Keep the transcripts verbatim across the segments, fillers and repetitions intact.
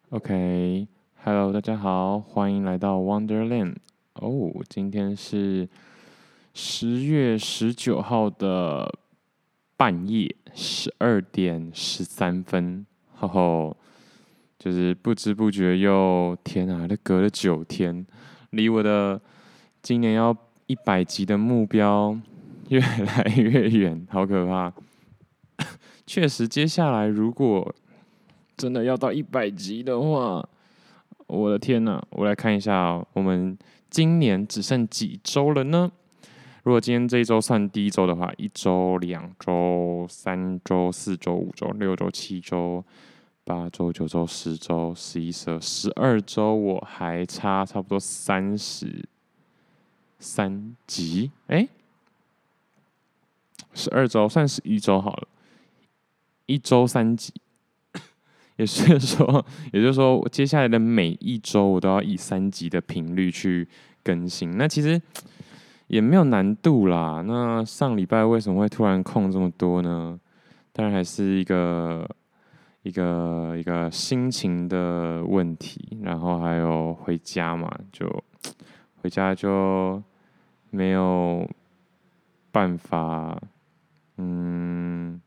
OK，Hello，大家好，欢迎来到 Wonderland。哦，今天是十月十九号的半夜十二点十三分，吼吼，就是不知不觉又天啊，这隔了九天，离我的今年要一百集的目标越来越远，好可怕。确实，接下来如果真的要到一百集的话，我的天呐！我来看一下哦，我们今年只剩几周了呢？如果今天这一周算第一周的话，一周、两周、三周、四周、五周、六周、七周、八周、九周、十周、十一、十二、十二周，我还差差不多三十三集。哎，十二周算十一周好了，一周三集。也是说，也就是说，接下来的每一周我都要以三集的频率去更新。那其实也没有难度啦。那上礼拜为什么会突然空这么多呢？当然还是一个一个一个心情的问题，然后还有回家嘛，就回家就没有办法，嗯。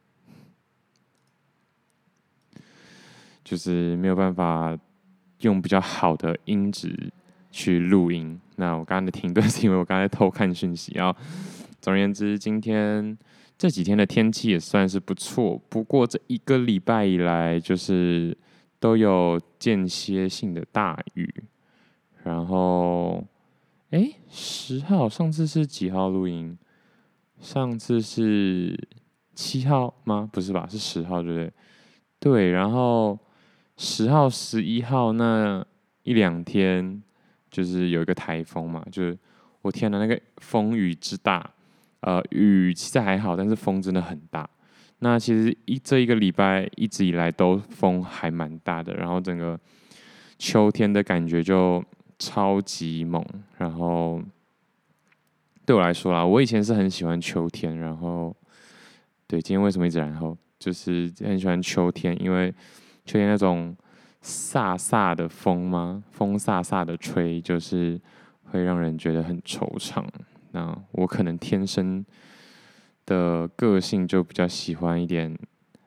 就是没有办法用比较好的音质去录音。那我刚刚的停顿是因为我刚才偷看讯息。然后，总而言之，今天这几天的天气也算是不错。不过这一个礼拜以来，就是都有间歇性的大雨。然后，哎，十号上次是几号录音？上次是七号吗？不是吧？是十号，对不对？对，然后十号、十一号那一两天，就是有一个台风嘛，就是我天呐，那个风雨之大，呃，雨其实还好，但是风真的很大。那其实一这一个礼拜一直以来都风还蛮大的，然后整个秋天的感觉就超级猛。然后对我来说啦，我以前是很喜欢秋天，然后对，今天为什么一直然后就是很喜欢秋天，因为秋天那种飒飒的风吗？风飒飒的吹，就是会让人觉得很惆怅。那我可能天生的个性就比较喜欢一点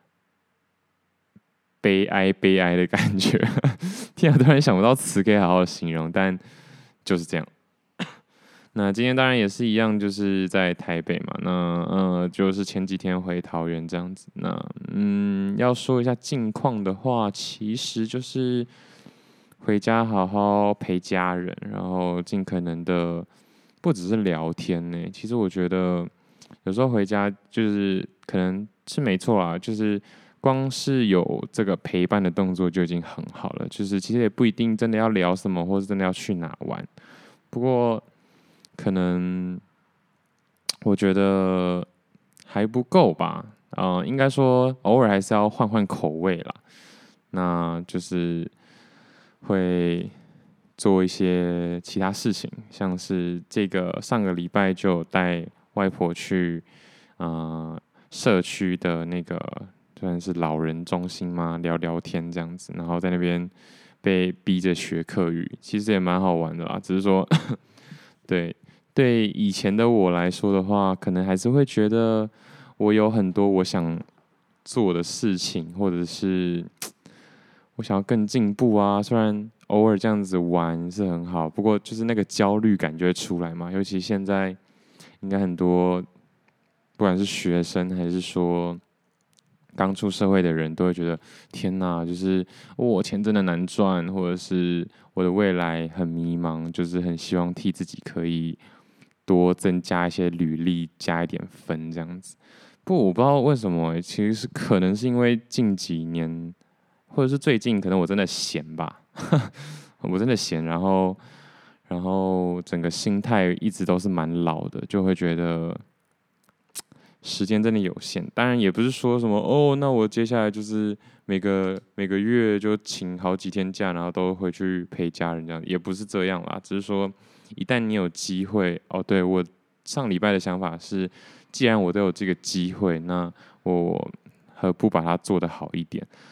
悲哀悲哀的感觉。天啊，突然想不到词可以好好形容，但就是这样。那今天当然也是一样，就是在台北嘛。那呃，就是前几天回桃园这样子。那嗯，要说一下近况的话，其实就是回家好好陪家人，然后尽可能的不只是聊天呢。其实我觉得有时候回家就是可能是没错啊，就是光是有这个陪伴的动作就已经很好了。就是其实也不一定真的要聊什么，或是真的要去哪玩。不过可能我觉得还不够吧。呃，应该说偶尔还是要换换口味啦。那就是会做一些其他事情，像是这个上个礼拜就带外婆去呃社区的那个算是老人中心嘛，聊聊天这样子，然后在那边被逼着学课语，其实也蛮好玩的啦。只是说，对对以前的我来说的话，可能还是会觉得我有很多我想做的事情，或者是我想要更进步啊。虽然偶尔这样子玩是很好，不过就是那个焦虑感就会出来嘛。尤其现在应该很多，不管是学生还是说刚出社会的人，都会觉得天哪，就是我、哦、钱真的难赚，或者是我的未来很迷茫，就是很希望替自己可以多增加一些履历，加一点分这样子。不，我不知道为什么欸，其实是可能是因为近几年，或者是最近，可能我真的闲吧，我真的闲，然后，然后整个心态一直都是蛮老的，就会觉得时间真的有限。当然，也不是说什么哦，那我接下来就是每个每个月就请好几天假，然后都回去陪家人这样，也不是这样啦。只是说，一旦你有机会，哦，对，我上礼拜的想法是，既然我都有这个机会，那我何不把它做得好一点？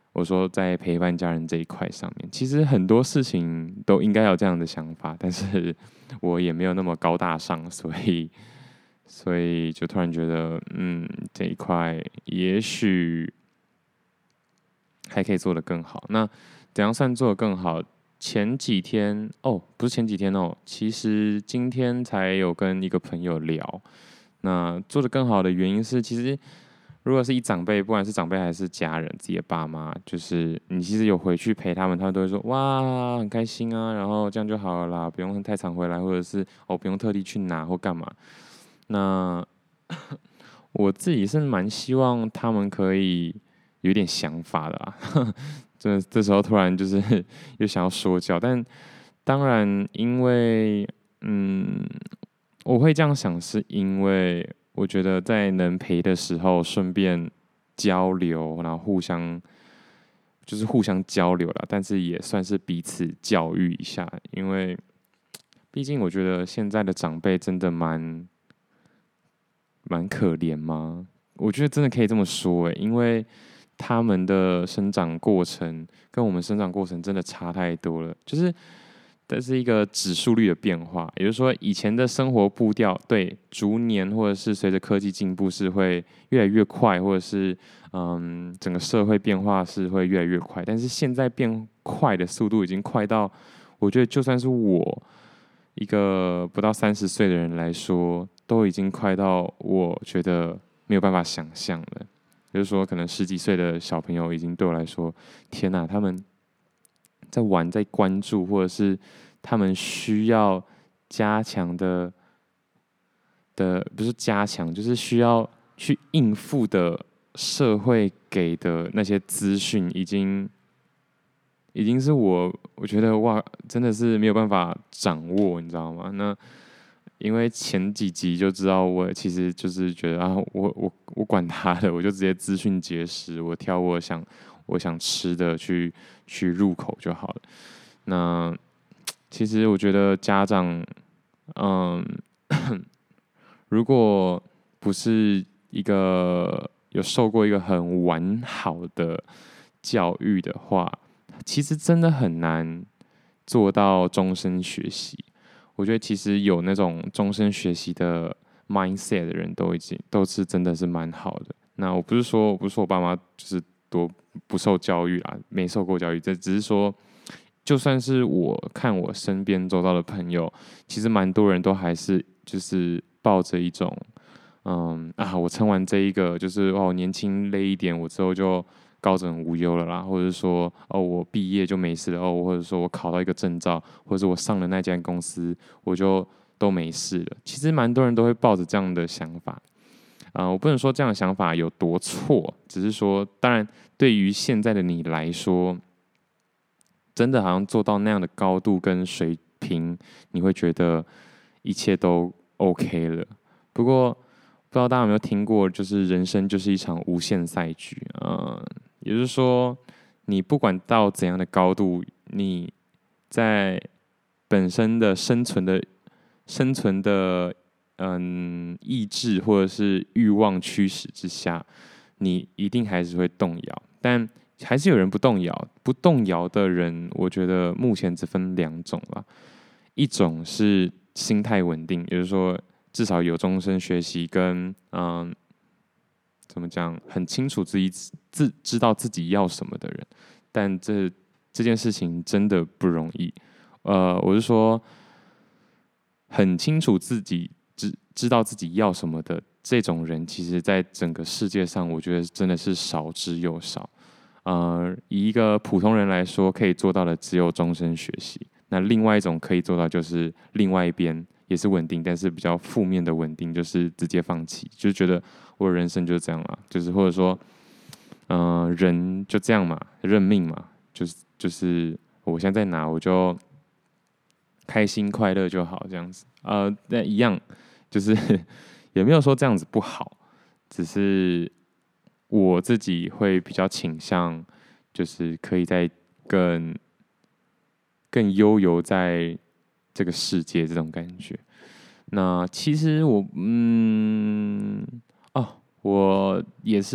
我说在陪伴家人这一块上面，其实很多事情都应该有这样的想法，但是我也没有那么高大上，所以所以就突然觉得，嗯，这一块也许还可以做得更好。那怎样算做得更好？前几天哦，不是前几天哦，其实今天才有跟一个朋友聊。那做得更好的原因是，其实如果是以长辈，不管是长辈还是家人，自己的爸妈，就是你其实有回去陪他们，他们都会说哇很开心啊，然后这样就好了啦，不用太常回来，或者是哦不用特地去拿或干嘛。那我自己是蛮希望他们可以有点想法的啦。这这时候突然就是又想要说教，但当然因为嗯，我会这样想，是因为我觉得在能陪的时候，顺便交流，然后互相就是互相交流啦，但是也算是彼此教育一下，因为毕竟我觉得现在的长辈真的蛮蛮可怜吗？我觉得真的可以这么说诶，因为他们的生长过程跟我们生长过程真的差太多了，就是这是一个指数率的变化，也就是说，以前的生活步调对逐年或者是随着科技进步是会越来越快，或者是嗯整个社会变化是会越来越快，但是现在变快的速度已经快到，我觉得就算是我一个不到三十岁的人来说，都已经快到我觉得没有办法想象了。就是说，可能十几岁的小朋友已经对我来说，天哪，他们在玩、在关注，或者是他们需要加强的的，不是加强，就是需要去应付的社会给的那些资讯，已经已经是我我觉得哇，真的是没有办法掌握，你知道吗？那因为前几集就知道，我其实就是觉得啊，我我我管他的，我就直接资讯节食，我挑我想我想吃的去去入口就好了。那其实我觉得家长，嗯，如果不是一个有受过一个很完好的教育的话，其实真的很难做到终身学习。我觉得其实有那种终身学习的 mindset 的人都已经都是真的是蛮好的。那我不是说我不是说我爸妈就是多不受教育啦，没受过教育，这只是说，就算是我看我身边周遭的朋友，其实蛮多人都还是就是抱着一种嗯啊，我撑完这一个就是哦年轻累一点，我之后就高枕无忧了啦，或者说哦我毕业就没事了哦，或者说我考到一个证照，或者是我上了那间公司，我就都没事了。其实蛮多人都会抱着这样的想法，啊、呃我不能说这样的想法有多错，只是说，当然对于现在的你来说，真的好像做到那样的高度跟水平，你会觉得一切都 OK 了。不过不知道大家有没有听过，就是人生就是一场无限赛局，呃，也就是说，你不管到怎样的高度，你在本身的生存的生存的嗯意志或者是欲望驱使之下，你一定还是会动摇。但还是有人不动摇，不动摇的人，我觉得目前只分两种啦，一种是心态稳定，也就是说至少有终身学习跟嗯怎么讲，很清楚自己自知道自己要什么的人，但这这件事情真的不容易。呃，我是说，很清楚自己知知道自己要什么的这种人，其实在整个世界上，我觉得真的是少之又少。呃，以一个普通人来说，可以做到的只有终身学习。那另外一种可以做到，就是另外一边也是稳定，但是比较负面的稳定，就是直接放弃，就觉得我的人生就是这样了，就是或者说，嗯、呃，人就这样嘛，认命嘛，就是就是我现在在哪，我就开心快乐就好，这样子。呃，那一样，就是也没有说这样子不好，只是我自己会比较倾向，就是可以在更更悠游在这个世界这种感觉。那其实我，嗯，哦，我也是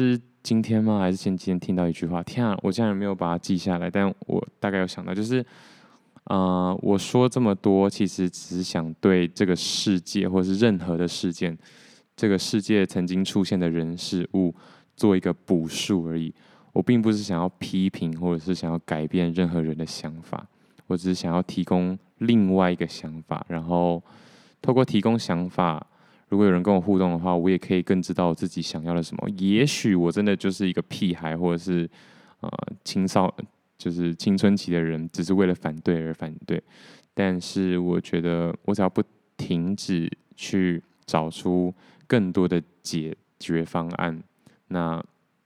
今天吗？还是前几天听到一句话？天啊，我竟然没有把它记下来，但我大概有想到，就是，呃，我说这么多，其实只是想对这个世界，或是任何的事件，这个世界曾经出现的人事物，做一个补述而已。我并不是想要批评，或者是想要改变任何人的想法，我只是想要提供另外一个想法，然后透过提供想法。如果有人跟我互动的话，我也可以更知道我自己想要的什么。也许我真的就是一个屁孩，或者是呃青少，就是青春期的人，只是为了反对而反对。但是我觉得，我只要不停止去找出更多的解决方案，那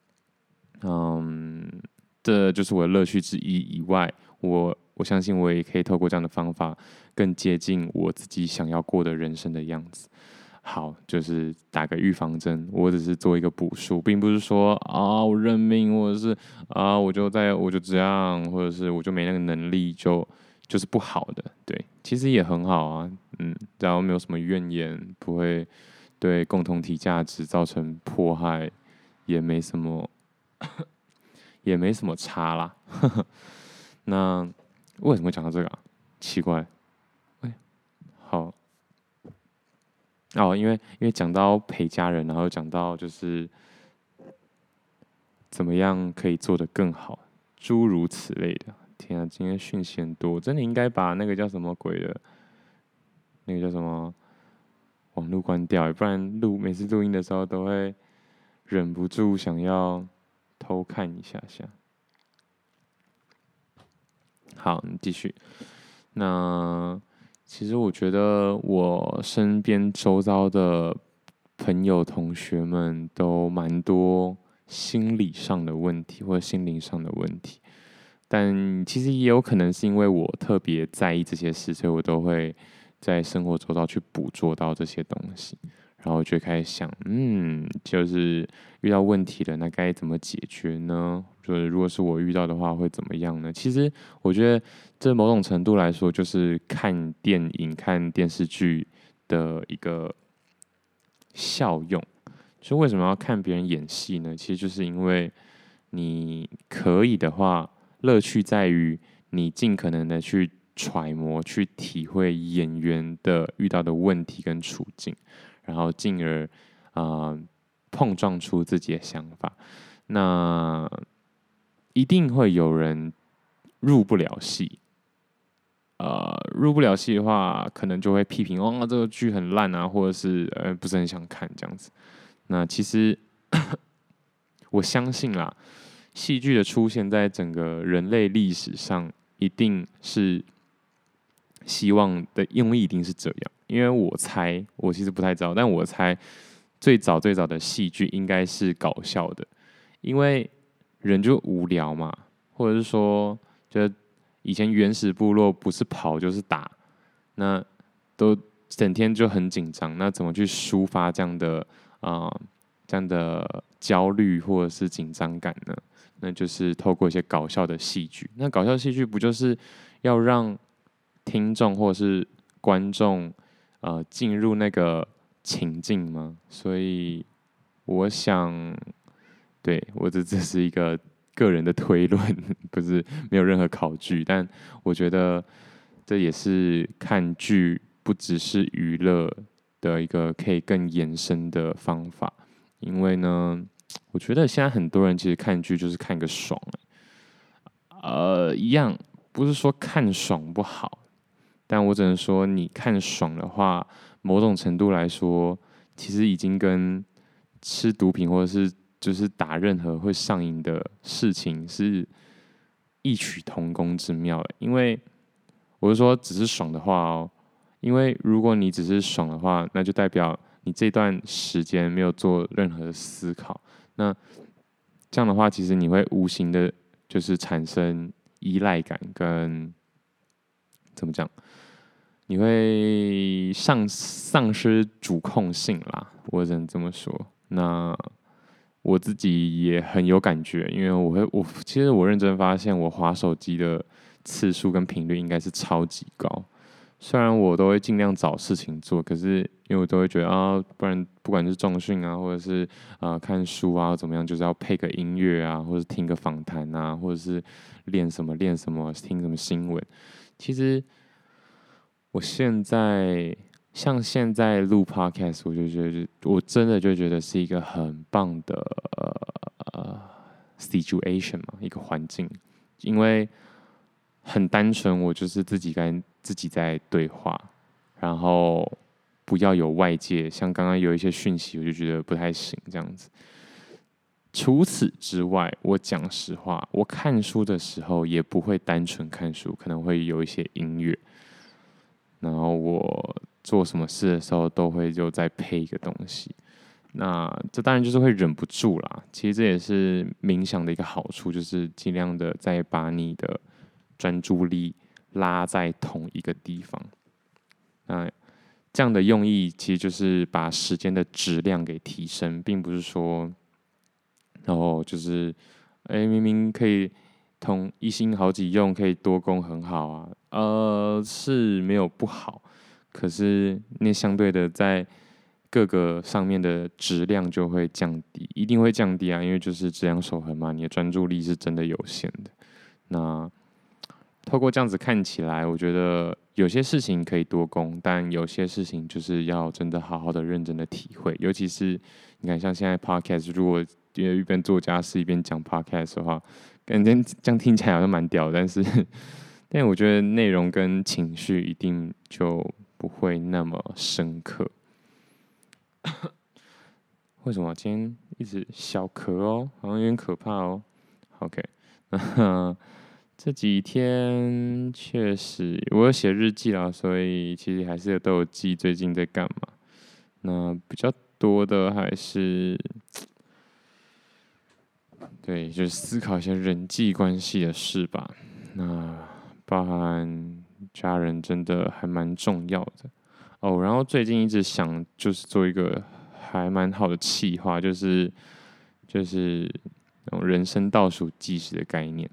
嗯，这就是我的乐趣之一。以外，我我相信我也可以透过这样的方法，更接近我自己想要过的人生的样子。好，就是打个预防针，我只是做一个补述，并不是说啊我认命，或者是啊我就在我就这样，或者是我就没那个能力就就是不好的。对，其实也很好啊，嗯，只要没有什么怨言，不会对共同体价值造成迫害，也没什么也没什么差啦。那为什么会讲到这个啊？奇怪，哎，好。哦，因为因为讲到陪家人，然后讲到就是怎么样可以做得更好，诸如此类的。天啊，今天讯息很多，真的应该把那个叫什么鬼的，那个叫什么网络关掉，不然录每次录音的时候都会忍不住想要偷看一下下。好，你继续。那其实我觉得我身边周遭的朋友、同学们都蛮多心理上的问题或者心灵上的问题，但其实也有可能是因为我特别在意这些事，所以我都会在生活周遭去捕捉到这些东西，然后我就开始想，嗯，就是遇到问题了，那该怎么解决呢？就是如果是我遇到的话，会怎么样呢？其实我觉得这某种程度来说，就是看电影、看电视剧的一个效用。就为什么要看别人演戏呢？其实就是因为你可以的话，乐趣在于你尽可能的去揣摩、去体会演员的遇到的问题跟处境，然后进而啊、呃、碰撞出自己的想法。那一定会有人入不了戏，呃，入不了戏的话，可能就会批评哦，这个剧很烂啊，或者是呃不是很想看这样子。那其实我相信啦，戏剧的出现在整个人类历史上，一定是希望的用意一定是这样。因为我猜，我其实不太知道，但我猜最早最早的戏剧应该是搞笑的，因为人就无聊嘛，或者是说，就以前原始部落不是跑就是打，那都整天就很紧张，那怎么去抒发这样的啊、呃、这样的焦虑或者是紧张感呢？那就是透过一些搞笑的戏剧。那搞笑戏剧不就是要让听众或者是观众呃进入那个情境吗？所以我想，对我这只是一个个人的推论，不是没有任何考据，但我觉得这也是看剧不只是娱乐的一个可以更延伸的方法。因为呢，我觉得现在很多人其实看剧就是看个爽，呃，一样不是说看爽不好，但我只能说你看爽的话，某种程度来说，其实已经跟吃毒品或者是就是打任何会上瘾的事情是异曲同工之妙的。因为我是说，只是爽的话哦，因为如果你只是爽的话，那就代表你这段时间没有做任何的思考。那这样的话，其实你会无形的，就是产生依赖感跟怎么讲？你会丧丧失主控性啦，我只能这么说。那我自己也很有感觉，因为我会我其实我认真发现，我滑手机的次数跟频率应该是超级高， 虽然我都会尽量找事情做，可是因为我都会觉得啊，不然不管是重训啊，或者是啊、呃、看书啊，怎么样，就是要配个音乐啊，或者听个访谈啊，或者是练什么练什么，听什么新闻。其实我现在像现在录 podcast，我就觉得我真的就觉得是一个很棒的呃 situation 嘛，一个环境，因为很单纯，我就是自己跟自己在对话，然后不要有外界，像刚刚有一些讯息，我就觉得不太行这样子。除此之外，我讲实话，我看书的时候也不会单纯看书，可能会有一些音乐，然后我做什么事的时候都会就再配一个东西。那这当然就是会忍不住啦。其实这也是冥想的一个好处，就是尽量的再把你的专注力拉在同一个地方。那这样的用意其实就是把时间的质量给提升，并不是说，然后就是，哎，明明可以同一心好几用，可以多功很好啊，呃，是没有不好，可是那相对的在各个上面的质量就会降低，一定会降低啊，因为就是质量守恒嘛，你的专注力是真的有限的。那透过这样子看起来，我觉得有些事情可以多攻，但有些事情就是要真的好好的、认真的体会。尤其是你看，像现在 podcast，如果一边做家事一边讲 podcast 的话，感觉这样听起来好像蛮屌，但是，但我觉得内容跟情绪一定就不会那么深刻。为什么今天一直小咳哦？好像有点可怕哦。OK，这几天确实我有写日记啦，所以其实还是都有记最近在干嘛。那比较多的还是对，就是思考一些人际关系的事吧。那包含家人真的还蛮重要的哦。然后最近一直想就是做一个还蛮好的企划，就是就是那种人生倒数计时的概念。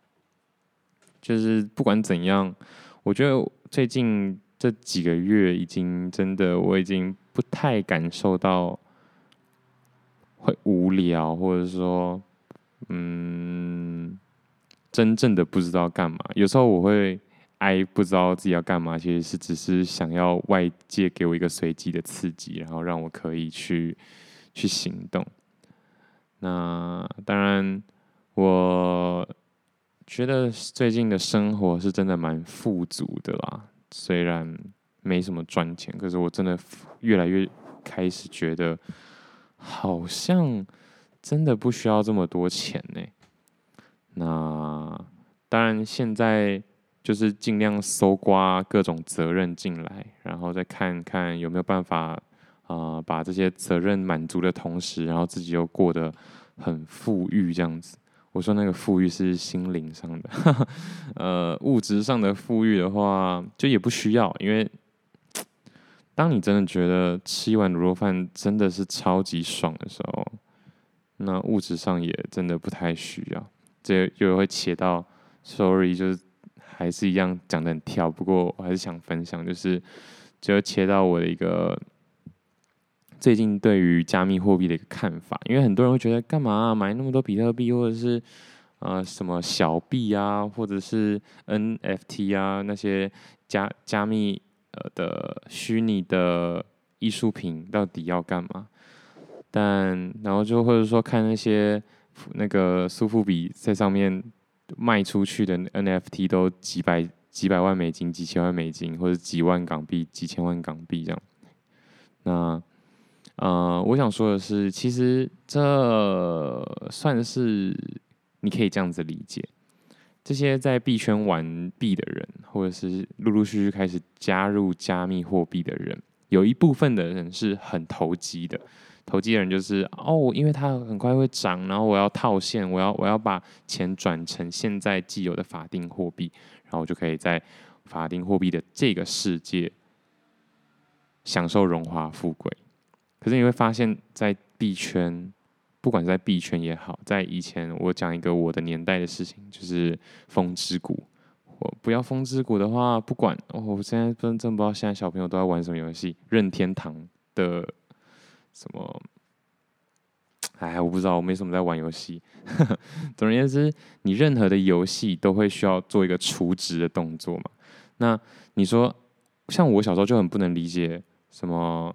就是不管怎样，我觉得最近这几个月已经真的，我已经不太感受到会无聊，或者说，嗯，真正的不知道干嘛。有时候我会哀不知道自己要干嘛，其实是只是想要外界给我一个随机的刺激，然后让我可以去去行动。那当然，我觉得最近的生活是真的蛮富足的啦，虽然没什么赚钱，可是我真的越来越开始觉得，好像真的不需要这么多钱呢。那当然，现在就是尽量搜刮各种责任进来，然后再看看有没有办法，啊、呃，把这些责任满足的同时，然后自己又过得很富裕这样子。我说那个富裕是心灵上的，呃，物质上的富裕的话，就也不需要，因为当你真的觉得吃一碗卤肉饭真的是超级爽的时候，那物质上也真的不太需要。这又会切到，sorry，就是还是一样讲的很跳，不过我还是想分享，就是就切到我的一个最近对于加密货币的一个看法，因为很多人会觉得干嘛、啊、买那么多比特币，或者是呃什么小币啊，或者是 N F T 啊那些加加密呃的虚拟的艺术品，到底要干嘛？但然后就或者说看那些那个苏富比在上面卖出去的 N F T 都几百几百万美金、几千万美金，或者几万港币、几千万港币这样。那呃，我想说的是，其实这算是你可以这样子理解，这些在币圈玩币的人，或者是陆陆续续开始加入加密货币的人，有一部分的人是很投机的。投机的人就是哦，因为它很快会涨，然后我要套现，我要我要把钱转成现在既有的法定货币，然后我就可以在法定货币的这个世界享受荣华富贵。可是你会发现在币圈，不管在币圈也好，在以前我讲一个我的年代的事情，就是风之谷， 我不要风之谷的话，不管、哦、我现在真真不知道现在小朋友都在玩什么游戏，任天堂的什么，哎，我不知道，我没什么在玩游戏。总而言之，你任何的游戏都会需要做一个储值的动作嘛。那你说，像我小时候就很不能理解什么，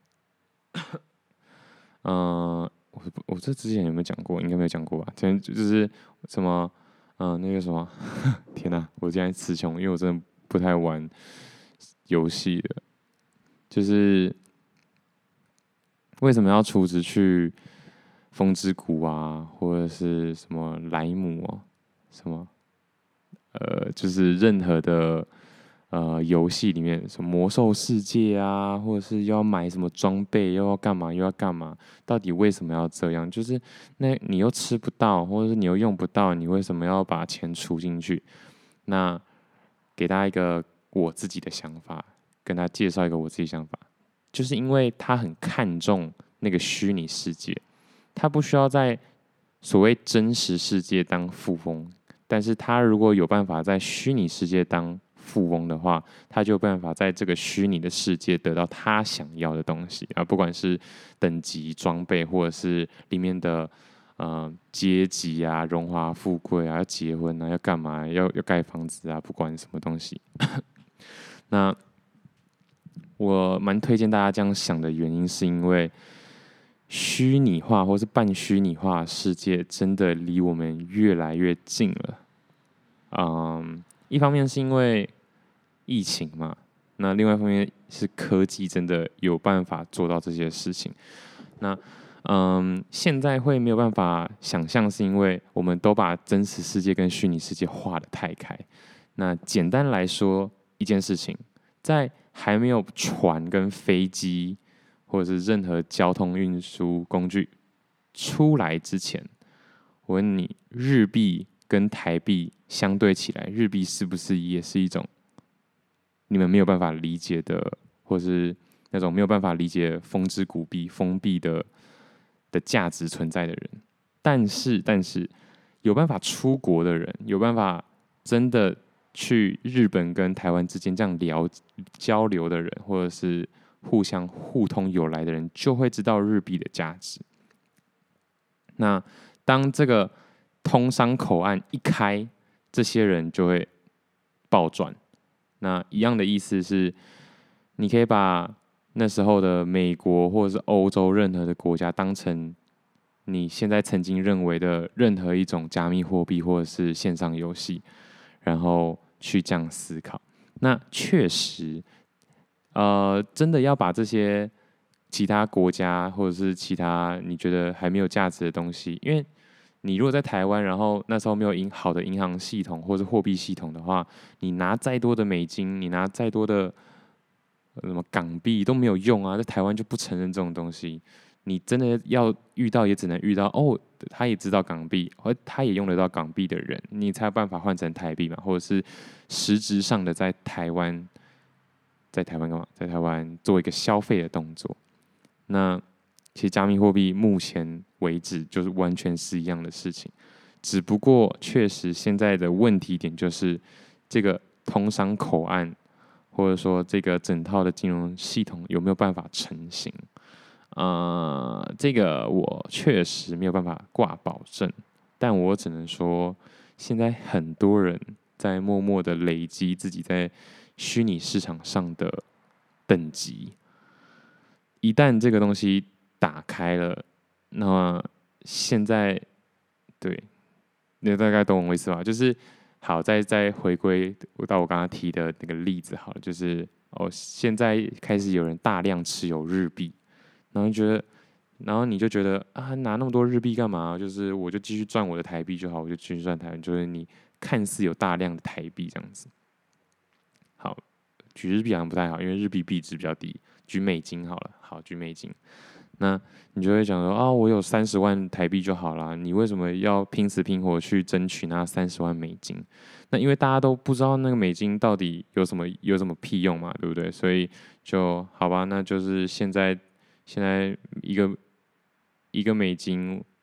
嗯、呃，我我这之前有没有讲过？应该没有讲过吧？前就是什么，嗯、呃，那个什么，天哪、我现在词穷，因为我真的不太玩游戏的。就是为什么要储值去风之谷啊，或者是什么莱姆哦，什么呃，就是任何的呃游戏里面，什么魔兽世界啊，或者是又要买什么装备，又要干嘛又要干嘛，到底为什么要这样？就是那你又吃不到，或者是你又用不到，你为什么要把钱储进去？那给大家一个我自己的想法，跟他介绍一个我自己想法，就是因为他很看重那个虚拟世界，他不需要在所谓真实世界当富翁，但是他如果有办法在虚拟世界当富翁的话，他就有办法在这个虚拟的世界得到他想要的东西啊，不管是等级、装备，或者是里面的呃阶级啊、荣华富贵啊、要结婚啊、要干嘛、要要盖房子啊，不管什么东西。那我蛮推荐大家这样想的原因，是因为虚拟化或是半虚拟化的世界真的离我们越来越近了。嗯，一方面是因为疫情嘛，那另外一方面是科技真的有办法做到这些事情。那嗯，现在会没有办法想象，是因为我们都把真实世界跟虚拟世界画得太开。那简单来说，一件事情，在还没有船跟飞机或者是任何交通运输工具出来之前，我问你，日币跟台币相对起来，日币是不是也是一种你们没有办法理解的，或是那种没有办法理解风之谷币、封闭的的价值存在的人？但是，但是有办法出国的人，有办法真的去日本跟台湾之间这样聊交流的人，或者是互相互通有来的人，就会知道日币的价值。那当这个通商口岸一开，这些人就会暴赚。那一样的意思是，你可以把那时候的美国或者是欧洲任何的国家当成你现在曾经认为的任何一种加密货币或者是线上游戏，然后去这样思考。那确实，呃，真的要把这些其他国家或者是其他你觉得还没有价值的东西，因为你如果在台湾，然后那时候没有银好的银行系统或者货币系统的话，你拿再多的美金，你拿再多的呃什么港币都没有用啊，在台湾就不承认这种东西。你真的要遇到，也只能遇到哦，他也知道港币，而他也用得到港币的人，你才有办法换成台币嘛，或者是实质上的在台湾，在台湾干嘛？在台湾做一个消费的动作。那其实加密货币目前为止就是完全是一样的事情，只不过确实现在的问题点就是这个通商口岸，或者说这个整套的金融系统有没有办法成型？呃，这个我确实没有办法挂保证，但我只能说，现在很多人在默默的累积自己在虚拟市场上的等级。一旦这个东西打开了，那么现在对，你大概懂我意思吧？就是好，再再回归到我刚刚提的那个例子好了，就是哦，现在开始有人大量持有日币。然后觉得，然后你就觉得啊，拿那么多日币干嘛？就是我就继续赚我的台币就好，我就继续赚台币。就是你看似有大量的台币这样子。好，举日币好像不太好，因为日币币值比较低。举美金好了，好，举美金。那你就会讲说啊，我有三十万台币就好啦，你为什么要拼死拼活去争取那三十万美金？那因为大家都不知道那个美金到底有什么有什么屁用嘛，对不对？所以就好吧，那就是现在现在一个一个美金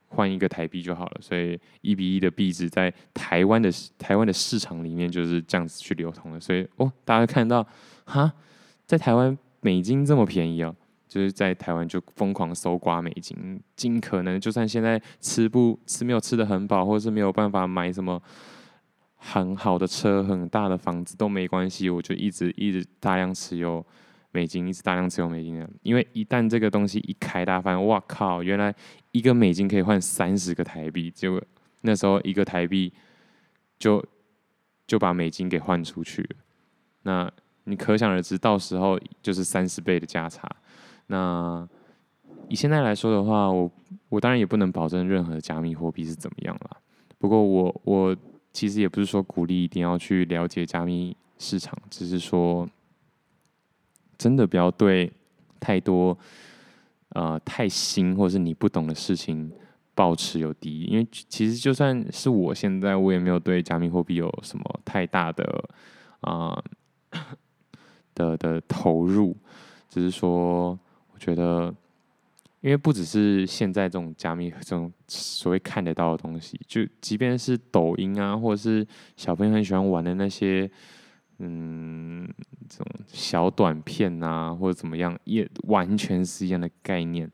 换一个台币就好了，所以一比一的币值在台湾的台湾的市场里面就是这样子去流通的，所以哦，大家看到哈，在台湾美金这么便宜哦，就是在台湾就疯狂搜刮美金，尽可能就算现在吃不吃没有吃得很饱，或者是没有办法买什么很好的车、很大的房子都没关系，我就一直一直大量持有美金，一直大量持有美金的。因为一旦这个东西一开大发现，哇靠，原来一个美金可以换三十个台币，结果那时候一个台币就就把美金给换出去了。那你可想而知，到时候就是三十倍的价差。那以现在来说的话，我我当然也不能保证任何加密货币是怎么样啦。不过我我其实也不是说鼓励一定要去了解加密市场，只是说真的不要对太多呃太新或是你不懂的事情抱持有敌意，因为其实就算是我现在，我也没有对加密货币有什么太大的啊、呃、的的投入，只是说我觉得。因为不只是现在这种加密这种所谓看得到的东西，就即便是抖音啊，或者是小朋友很喜欢玩的那些，嗯，这种小短片啊，或者怎么样，也完全是一样的概念。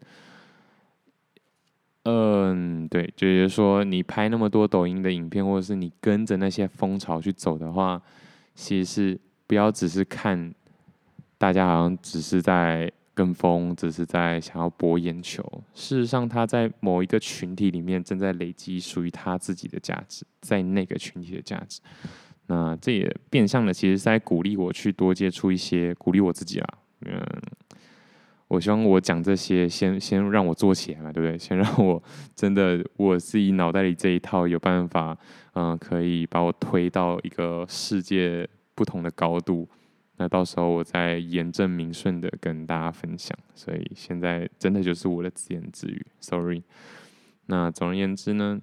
嗯，对，就是说你拍那么多抖音的影片，或者是你跟着那些风潮去走的话，其实是不要只是看大家好像只是在跟风，只是在想要博眼球。事实上，他在某一个群体里面正在累积属于他自己的价值，在那个群体的价值。那这也变相的其实是在鼓励我去多接触一些，鼓励我自己啦。嗯，我希望我讲这些先先让我做起来嘛，对不对？先让我真的我自己脑袋里这一套有办法，嗯、呃，可以把我推到一个世界不同的高度。那到时候我再言正名顺的跟大家分享。所以现在真的就是我的自言自语 ，sorry。那总而言之呢，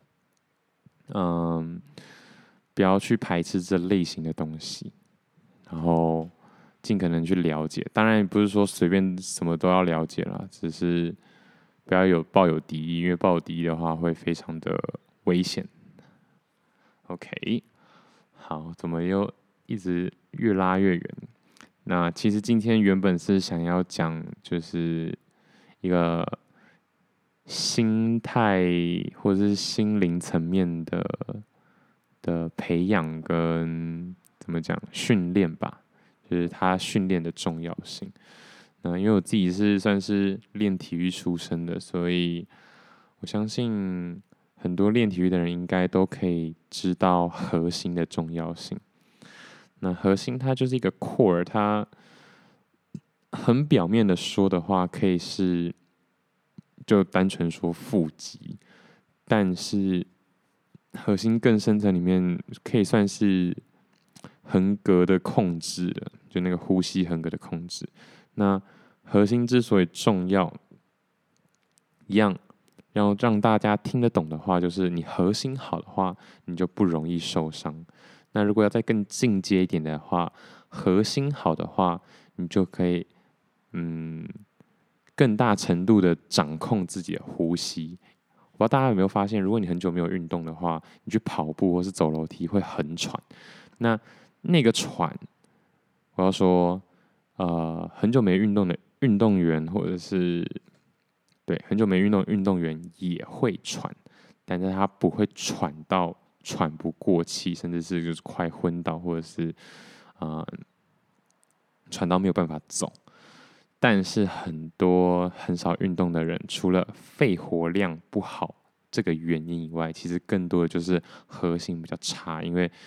嗯，不要去排斥这类型的东西，然后尽可能去了解。当然不是说随便什么都要了解啦，只是不要有抱有敌意，因为抱有敌意的话会非常的危险。OK， 好，怎么又一直越拉越远？那其实今天原本是想要讲，就是一个心态或者是心灵层面的的培养跟怎么讲训练吧，就是他训练的重要性。那因为我自己是算是练体育出身的，所以我相信很多练体育的人应该都可以知道核心的重要性。那核心它就是一个 core， 它很表面的说的话，可以是就单纯说腹肌，但是核心更深层里面可以算是横膈的控制了，就那个呼吸横膈的控制。那核心之所以重要，一样要让大家听得懂的话，就是你核心好的话，你就不容易受伤。那如果要再更进阶一点的话，核心好的话，你就可以嗯更大程度的掌控自己的呼吸。我不知道大家有没有发现，如果你很久没有运动的话，你去跑步或是走楼梯会很喘。那那个喘，我要说，呃，很久没运动的运动员，或者是对很久没运动的运动员也会喘，但是他不会喘到喘不过气，甚至是就是快昏倒，或者是啊、呃、喘到没有办法走。但是很多很少运动的人，除了肺活量不好这个原因以外，其实更多的就是核心比较差，因为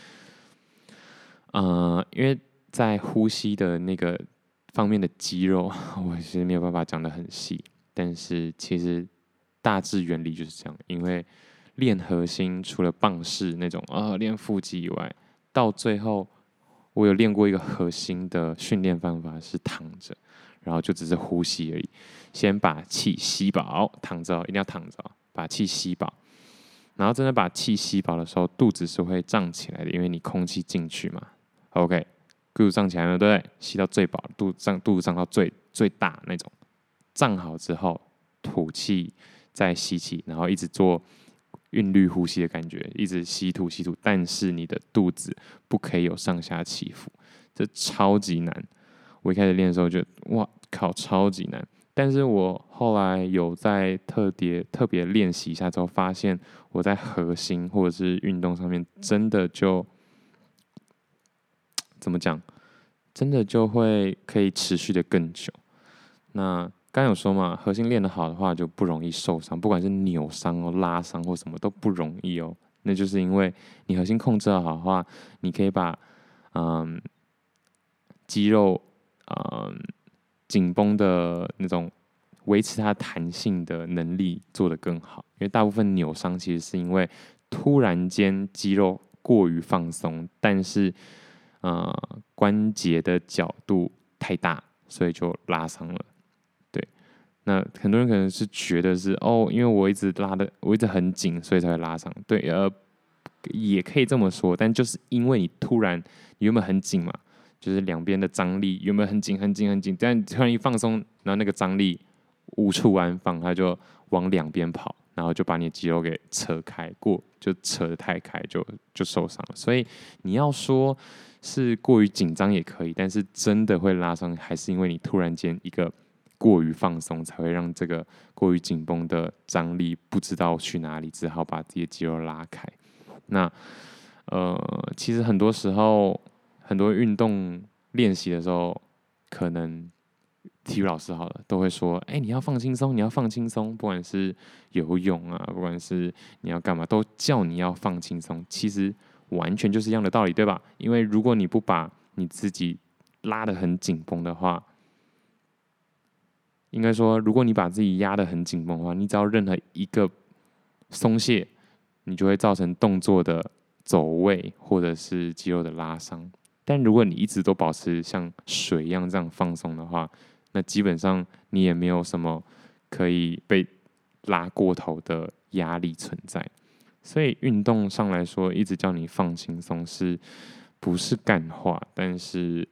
呃，因为在呼吸的那个方面的肌肉，我其实没有办法讲得很细，但是其实大致原理就是这样。因为练核心，除了棒式那种啊、呃、练腹肌以外，到最后我有练过一个核心的训练方法是躺着，然后就只是呼吸而已，先把气吸饱，躺着一定要躺着，把气吸饱。然后真的把气吸饱的时候，肚子是会胀起来的，因为你空气进去嘛。OK， 肚子胀起来了，对不对？吸到最饱，肚子胀，肚子胀到最最大那种。胀好之后，吐气， 在吸气，然后一直做韵律呼吸的感觉，一直吸吐吸吐，但是你的肚子不可以有上下起伏，这超级难。我一开始练的时候就哇靠，超级难。但是我后来有在特别特别练习一下之后，发现我在核心或者是运动上面真的就怎么讲，真的就会可以持续的更久。那刚有说嘛，核心练得好的话就不容易受伤，不管是扭伤哦、拉伤或什么都不容易哦。那就是因为你核心控制得好的话，你可以把嗯肌肉嗯紧绷的那种维持它弹性的能力做得更好。因为大部分扭伤其实是因为突然间肌肉过于放松，但是呃关节的角度太大，所以就拉伤了。对，那很多人可能是觉得是哦，因为我一直拉的，我一直很紧，所以才会拉伤。对，呃，也可以这么说，但就是因为你突然你原本很紧嘛，就是两边的张力原本很紧很紧很紧，但突然一放松，然后那个张力无处安放，它就往两边跑，然后就把你的肌肉给扯开过，就扯得太开就就受伤了。所以你要说是过于紧张也可以，但是真的会拉伤，还是因为你突然间一个过于放松，才会让这个过于紧绷的张力不知道去哪里，只好把自己的肌肉拉开。那呃，其实很多时候，很多运动练习的时候，可能体育老师好了都会说：“哎、欸，你要放轻松，你要放轻松。”不管是游泳啊，不管是你要干嘛，都叫你要放轻松。其实完全就是一样的道理，对吧？因为如果你不把你自己拉得很紧绷的话，应该说，如果你把自己压得很紧绷的话，你只要任何一个松懈，你就会造成动作的走位或者是肌肉的拉伤。但如果你一直都保持像水一样这样放松的话，那基本上你也没有什么可以被拉过头的压力存在。所以运动上来说，一直叫你放轻松，是不是干话？但是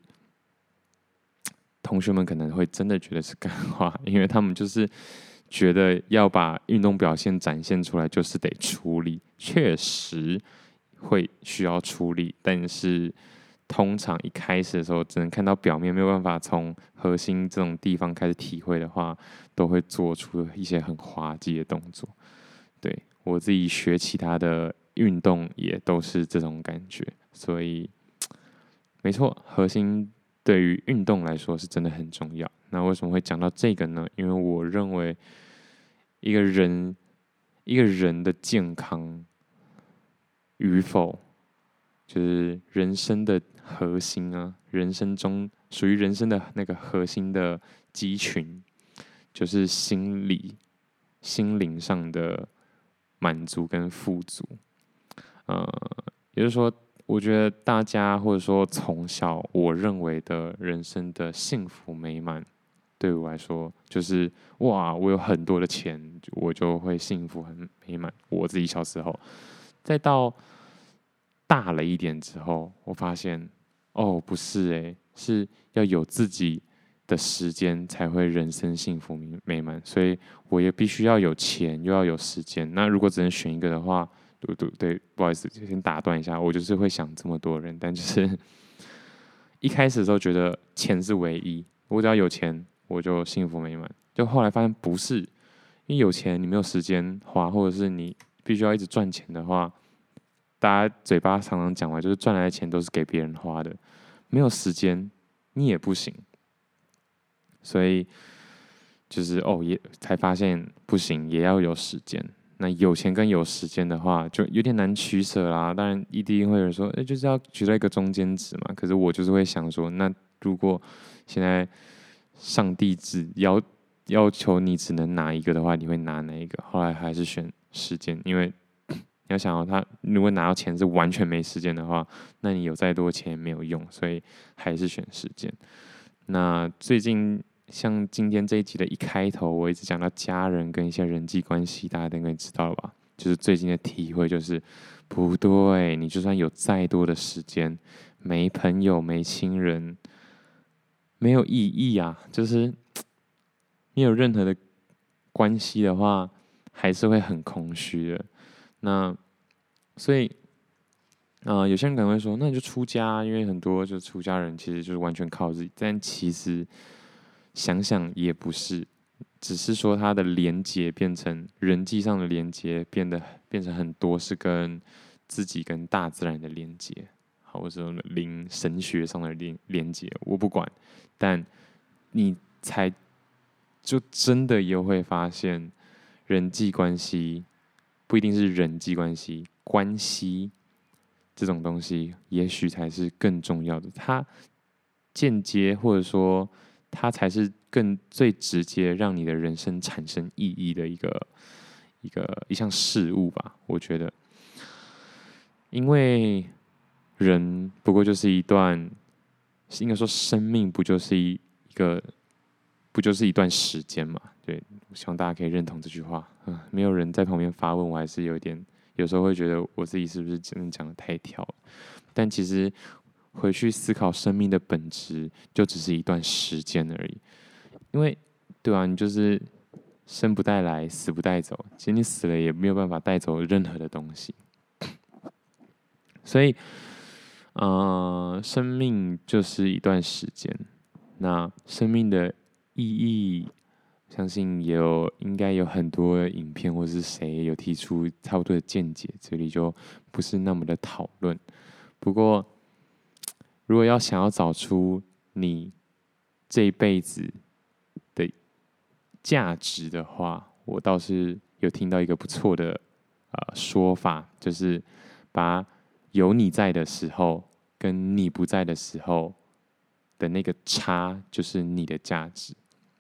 同学们可能会真的觉得是干话，因为他们就是觉得要把运动表现展现出来，就是得出力，确实会需要出力，但是通常一开始的时候只能看到表面，没有办法从核心这种地方开始体会的话，都会做出一些很滑稽的动作。对，我自己学其他的运动也都是这种感觉，所以没错，核心对于运动来说是真的很重要。那为什么会讲到这个呢？因为我认为一个人一个人的健康与否，就是人生的核心啊，人生中属于人生的那个核心的肌群，就是心理、心灵上的满足跟富足。呃，也就是说，我觉得大家或者说从小我认为的人生的幸福美满，对我来说就是哇，我有很多的钱，我就会幸福很美满。我自己小时候，再到大了一点之后，我发现哦，不是诶，是要有自己的时间才会人生幸福美满，所以我也必须要有钱，又要有时间。那如果只能选一个的话，对对对，不好意思，先打断一下，我就是会想这么多人，但就是一开始的时候觉得钱是唯一，我只要有钱我就幸福美满，就后来发现不是，因为有钱你没有时间花，或者是你必须要一直赚钱的话，大家嘴巴常常讲完，就是赚来的钱都是给别人花的，没有时间你也不行，所以就是哦，也才发现不行，也要有时间。那有钱跟有时间的话，就有点难取舍啦。当然，一定会有人说，哎，就是要取到一个中间值嘛。可是我就是会想说，那如果现在上帝只要要求你只能拿一个的话，你会拿哪一个？后来还是选时间，因为你要想哦，他如果拿到钱是完全没时间的话，那你有再多钱也没有用，所以还是选时间。那最近像今天这一集的一开头，我一直讲到家人跟一些人际关系，大家应该知道了吧？就是最近的体会就是，不对，你就算有再多的时间，没朋友、没亲人，没有意义啊！就是没有任何的关系的话， 还是会很空虚的。那所以，呃，有些人可能会说，那你就出家，因为很多就出家人其实就是完全靠自己。但其实想想也不是，只是说他的连接变成人际上的连接变得变成很多是跟自己跟大自然的连接，好，或者说灵神学上的连连接，我不管，但你才就真的也会发现，人际关系不一定是人际关系，关系这种东西，也许才是更重要的。它间接或者说它才是更最直接让你的人生产生意义的一个一个一项事物吧。我觉得，因为人不过就是一段，应该说生命不就是一一个不就是一段时间嘛？对，我希望大家可以认同这句话。嗯，没有人在旁边发问，我还是有点，有时候会觉得我自己是不是真的讲的太跳了？但其实回去思考生命的本质，就只是一段时间而已。因为，对啊，你就是生不带来，死不带走。其实你死了也没有办法带走任何的东西。所以，呃，生命就是一段时间。那生命的意义，相信也有应该有很多影片或是谁有提出差不多的见解，这里就不是那么的讨论。不过，如果要想要找出你这一辈子的价值的话，我倒是有听到一个不错的呃说法，就是把有你在的时候跟你不在的时候的那个差，就是你的价值。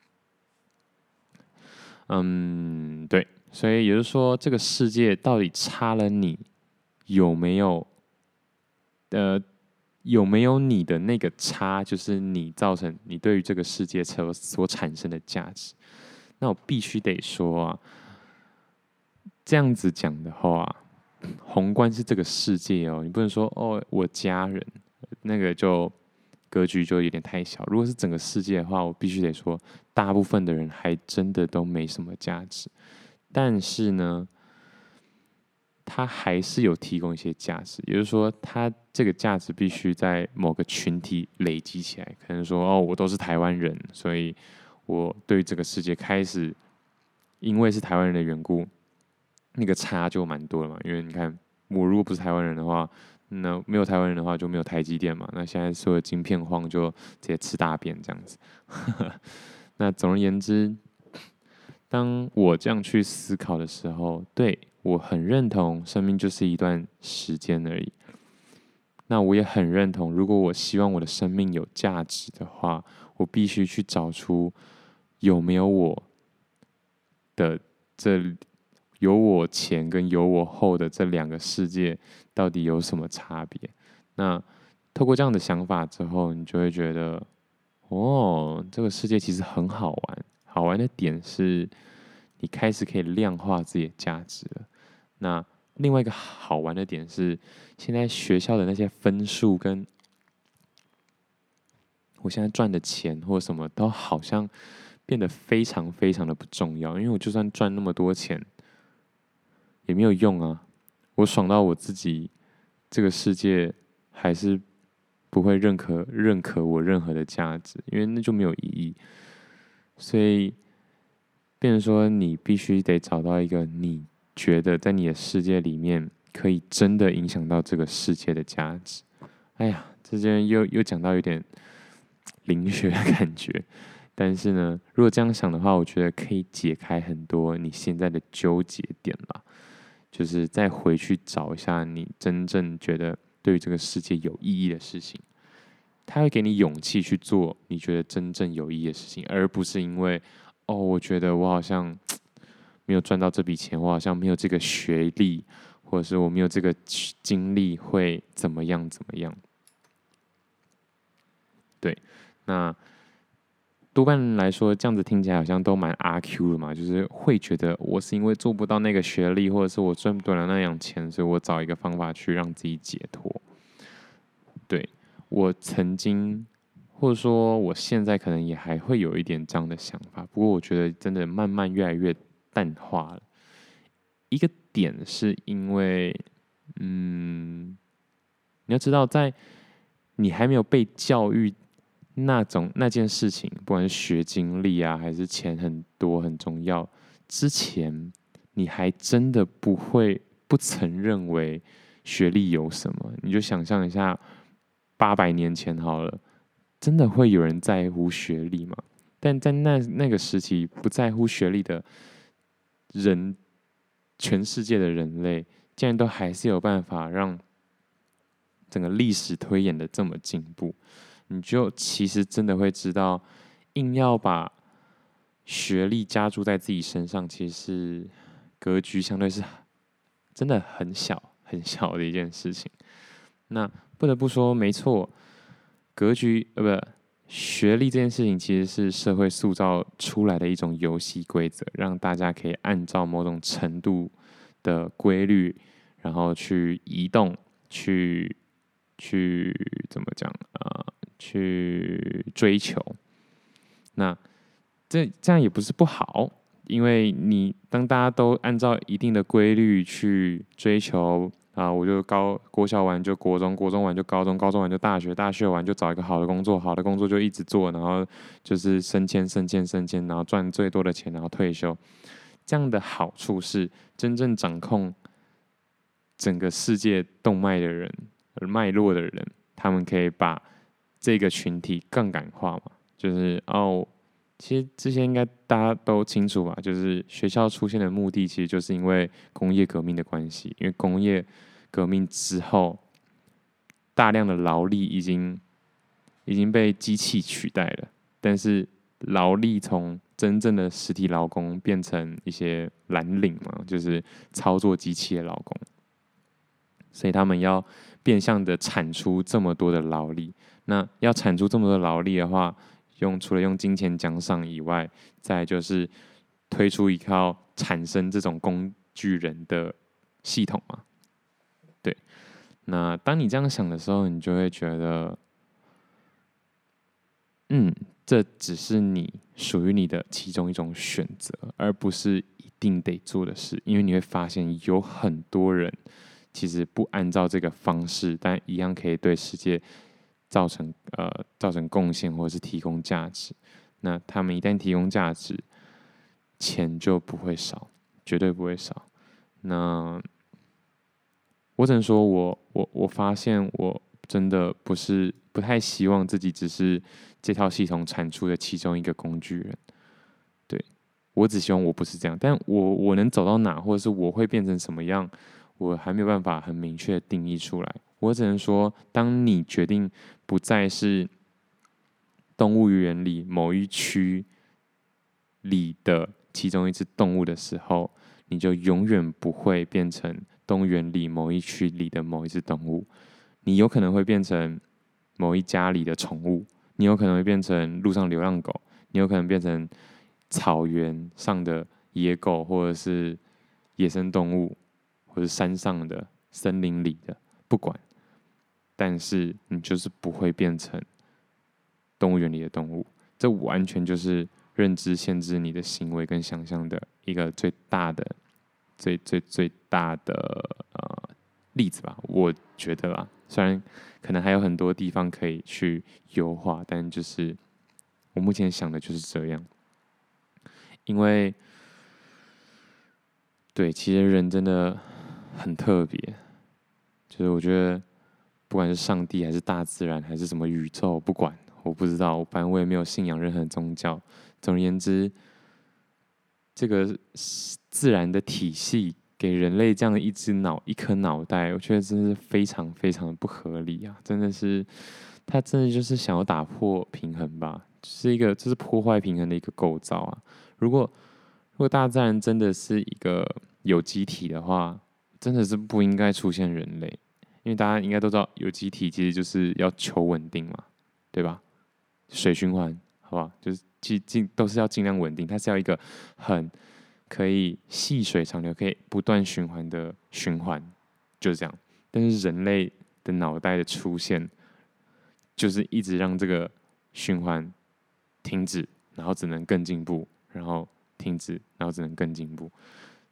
嗯，对，所以也就是说，这个世界到底差了你有没有？呃，有没有你的那个差，就是你造成你对于这个世界所所产生的价值？那我必须得说啊，这样子讲的话，宏观是这个世界哦，你不能说哦，我家人那个就格局就有点太小。如果是整个世界的话，我必须得说，大部分的人还真的都没什么价值。但是呢，它还是有提供一些价值，也就是说，它这个价值必须在某个群体累积起来。可能说，哦，我都是台湾人，所以我对于这个世界开始，因为是台湾人的缘故，那个差就蛮多了嘛。因为你看，我如果不是台湾人的话，那没有台湾人的话就没有台积电嘛。那现在所有晶片荒就直接吃大便这样子。那总而言之，当我这样去思考的时候，对，我很认同，生命就是一段时间而已。那我也很认同，如果我希望我的生命有价值的话，我必须去找出有没有我的这有我前跟有我后的这两个世界到底有什么差别。那透过这样的想法之后，你就会觉得，哦，这个世界其实很好玩。好玩的点是，你开始可以量化自己的价值了。那另外一个好玩的点是，现在学校的那些分数跟我现在赚的钱或什么都好像变得非常非常的不重要，因为我就算赚那么多钱也没有用啊。我爽到我自己，这个世界还是不会认可认可我任何的价值，因为那就没有意义。所以，变成说你必须得找到一个你觉得在你的世界里面可以真的影响到这个世界的价值。哎呀，这边又又讲到有点灵学的感觉，但是呢，如果这样想的话，我觉得可以解开很多你现在的纠结点啦。就是再回去找一下你真正觉得对于这个世界有意义的事情，它会给你勇气去做你觉得真正有意义的事情，而不是因为哦，我觉得我好像没有赚到这笔钱，我好像没有这个学历，或者是我没有这个经历，会怎么样怎么样？对，那多半来说，这样子听起来好像都蛮阿 Q 的嘛，就是会觉得我是因为做不到那个学历，或者是我赚不了那样钱，所以我找一个方法去让自己解脱。对，我曾经，或者说我现在可能也还会有一点这样的想法，不过我觉得真的慢慢越来越淡化了， 一个点是因为，嗯，你要知道，在你还没有被教育那种那件事情，不管是学经历啊，还是钱很多很重要之前，你还真的不会不曾认为学历有什么。你就想象一下，八百年前好了，真的会有人在乎学历吗？但在那那个时期，不在乎学历的人，全世界的人类，竟然都还是有办法让整个历史推演的这么进步，你就其实真的会知道，硬要把学历加注在自己身上，其实格局相对是真的很小很小的一件事情。那不得不说，没错，格局呃不，学历这件事情其实是社会塑造出来的一种游戏规则，让大家可以按照某种程度的规律，然后去移动，去去怎么讲啊、呃去追求。那这这样也不是不好，因为你当大家都按照一定的规律去追求啊，我就高国小完就国中，国中完就高中，高中完就大学，大学完就找一个好的工作，好的工作就一直做，然后就是升迁、升迁、升迁，然后赚最多的钱，然后退休。这样的好处是，真正掌控整个世界动脉的人、脉络的人，他们可以把这个群体杠杆化嘛，就是哦。其实这些应该大家都清楚吧？就是学校出现的目的，其实就是因为工业革命的关系。因为工业革命之后，大量的劳力已经已经被机器取代了，但是劳力从真正的实体劳工变成一些蓝领嘛，就是操作机器的劳工，所以他们要变相的产出这么多的劳力。那要产出这么多劳力的话，用除了用金钱奖赏以外，再就是推出一套产生这种工具人的系统嘛。对，那当你这样想的时候，你就会觉得，嗯，这只是你属于你的其中一种选择，而不是一定得做的事。因为你会发现，有很多人其实不按照这个方式，但一样可以对世界造成呃造成贡献或者是提供价值。那他们一旦提供价值，钱就不会少，绝对不会少。那我只能说我我我发现我真的不是不太希望自己只是这套系统产出的其中一个工具人。对，我只希望我不是这样，但我我能走到哪，或者是我会变成什么样，我还没有办法很明确的定义出来。我只能说，当你决定不再是动物园里某一区里的其中一只动物的时候，你就永远不会变成动物园里某一区里的某一只动物。你有可能会变成某一家里的宠物，你有可能会变成路上流浪狗，你有可能变成草原上的野狗，或者是野生动物，或者山上的、森林里的，不管。但是你就是不会变成动物园里的动物，这完全就是认知限制你的行为跟想象的一个最大的、最最最大的呃例子吧，我觉得啦。虽然可能还有很多地方可以去优化，但就是我目前想的就是这样。因为对，其实人真的很特别，就是我觉得不管是上帝还是大自然还是什么宇宙，不管我不知道，反正我也没有信仰任何宗教。总而言之，这个自然的体系给人类这样的一只脑、一颗脑袋，我觉得真是非常非常的不合理啊！真的是，他真的就是想要打破平衡吧？是一个，这是破坏平衡的一个构造啊！如果如果大自然真的是一个有机体的话，真的是不应该出现人类，因为大家应该都知道，有机体其实就是要求稳定嘛，对吧？水循环，好不好？就是尽尽都是要尽量稳定，它是要一个很可以细水长流、可以不断循环的循环，就是这样。但是人类的脑袋的出现，就是一直让这个循环停止，然后只能更进步，然后停止，然后只能更进步。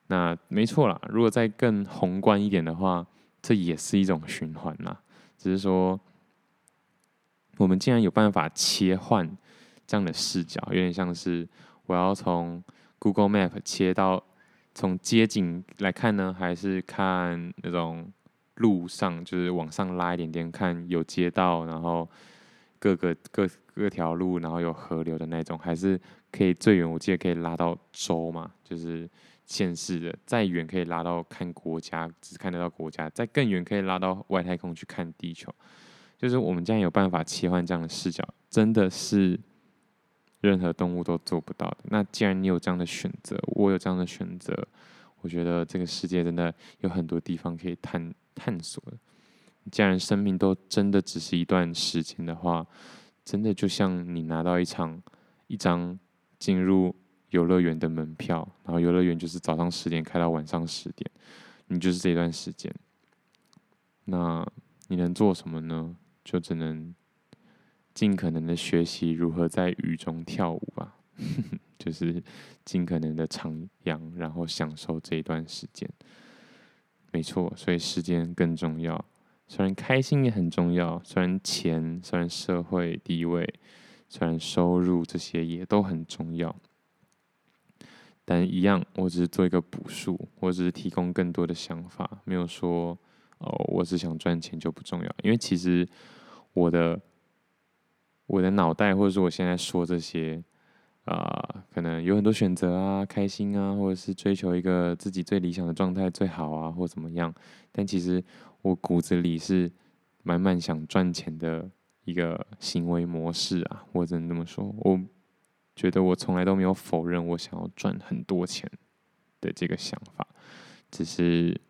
那没错啦，如果再更宏观一点的话，这也是一种循环啦。只是说，我们竟然有办法切换这样的视角，有点像是我要从 Google Map 切到从街景来看呢，还是看那种路上，就是往上拉一点点看有街道，然后各个各各条路，然后有河流的那种，还是可以最远我记得可以拉到州嘛，就是县市的，再远可以拉到看国家，只看得到国家，再更远可以拉到外太空去看地球。就是我们竟然有办法切换这样的视角，真的是任何动物都做不到的。那既然你有这样的选择，我有这样的选择，我觉得这个世界真的有很多地方可以探探索的。既然生命都真的只是一段时间的话，真的就像你拿到一场一张进入游乐园的门票，然后游乐园就是早上十点开到晚上十点，你就是这段时间。那你能做什么呢？就只能尽可能的学习如何在雨中跳舞吧，就是尽可能的徜徉，然后享受这一段时间。没错，所以时间更重要。虽然开心也很重要，虽然钱，虽然社会地位，虽然收入这些也都很重要，但一样，我只是做一个补述，我只是提供更多的想法，没有说哦，我只想赚钱就不重要。因为其实我的我的脑袋，或者说我现在说这些，啊、呃可能有很多选择啊，开心啊，或者是追求一个自己最理想的状态最好啊，或怎么样。但其实我骨子里是满满想赚钱的一个行为模式啊，我只能这么说。我觉得我从来都没有否认我想要赚很多钱的这个想法，只是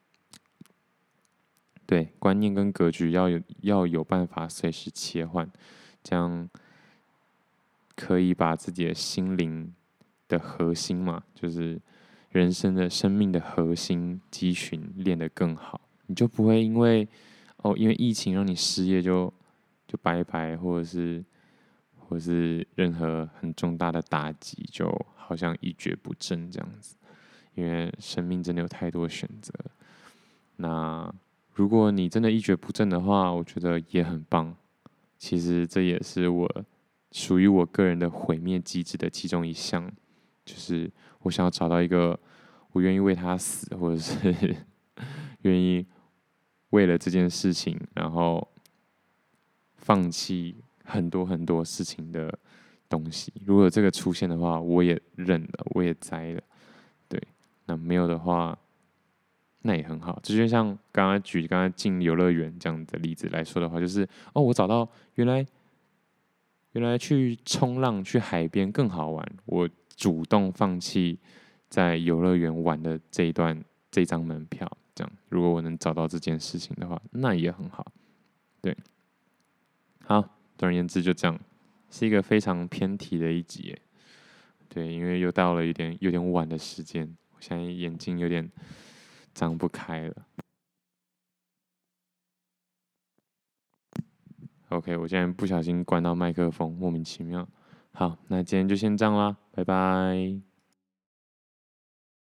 对观念跟格局要有要有办法随时切换，这样可以把自己的心灵的核心嘛，就是人生的生命的核心肌群练得更好，你就不会因为哦因为疫情让你失业就就拜拜，或者是或是任何很重大的打击，就好像一蹶不振这样子。因为生命真的有太多选择。那如果你真的一蹶不振的话，我觉得也很棒。其实这也是我属于我个人的毁灭机制的其中一项，就是我想要找到一个我愿意为他死，或者是愿意为了这件事情，然后放弃很多很多事情的东西。如果这个出现的话，我也认了，我也栽了。对，那没有的话，那也很好。这就像刚刚举刚刚进游乐园这样的例子来说的话，就是哦，我找到原来原来去冲浪去海边更好玩，我主动放弃在游乐园玩的这一段这张门票。这样，如果我能找到这件事情的话，那也很好。对，好，总而言之就这样，是一个非常偏题的一集耶。对，因为又到了有点有点晚的时间，我现在眼睛有点张不开了。OK，我现在不小心关到麦克风，莫名其妙。好，那今天就先这样啦，拜拜。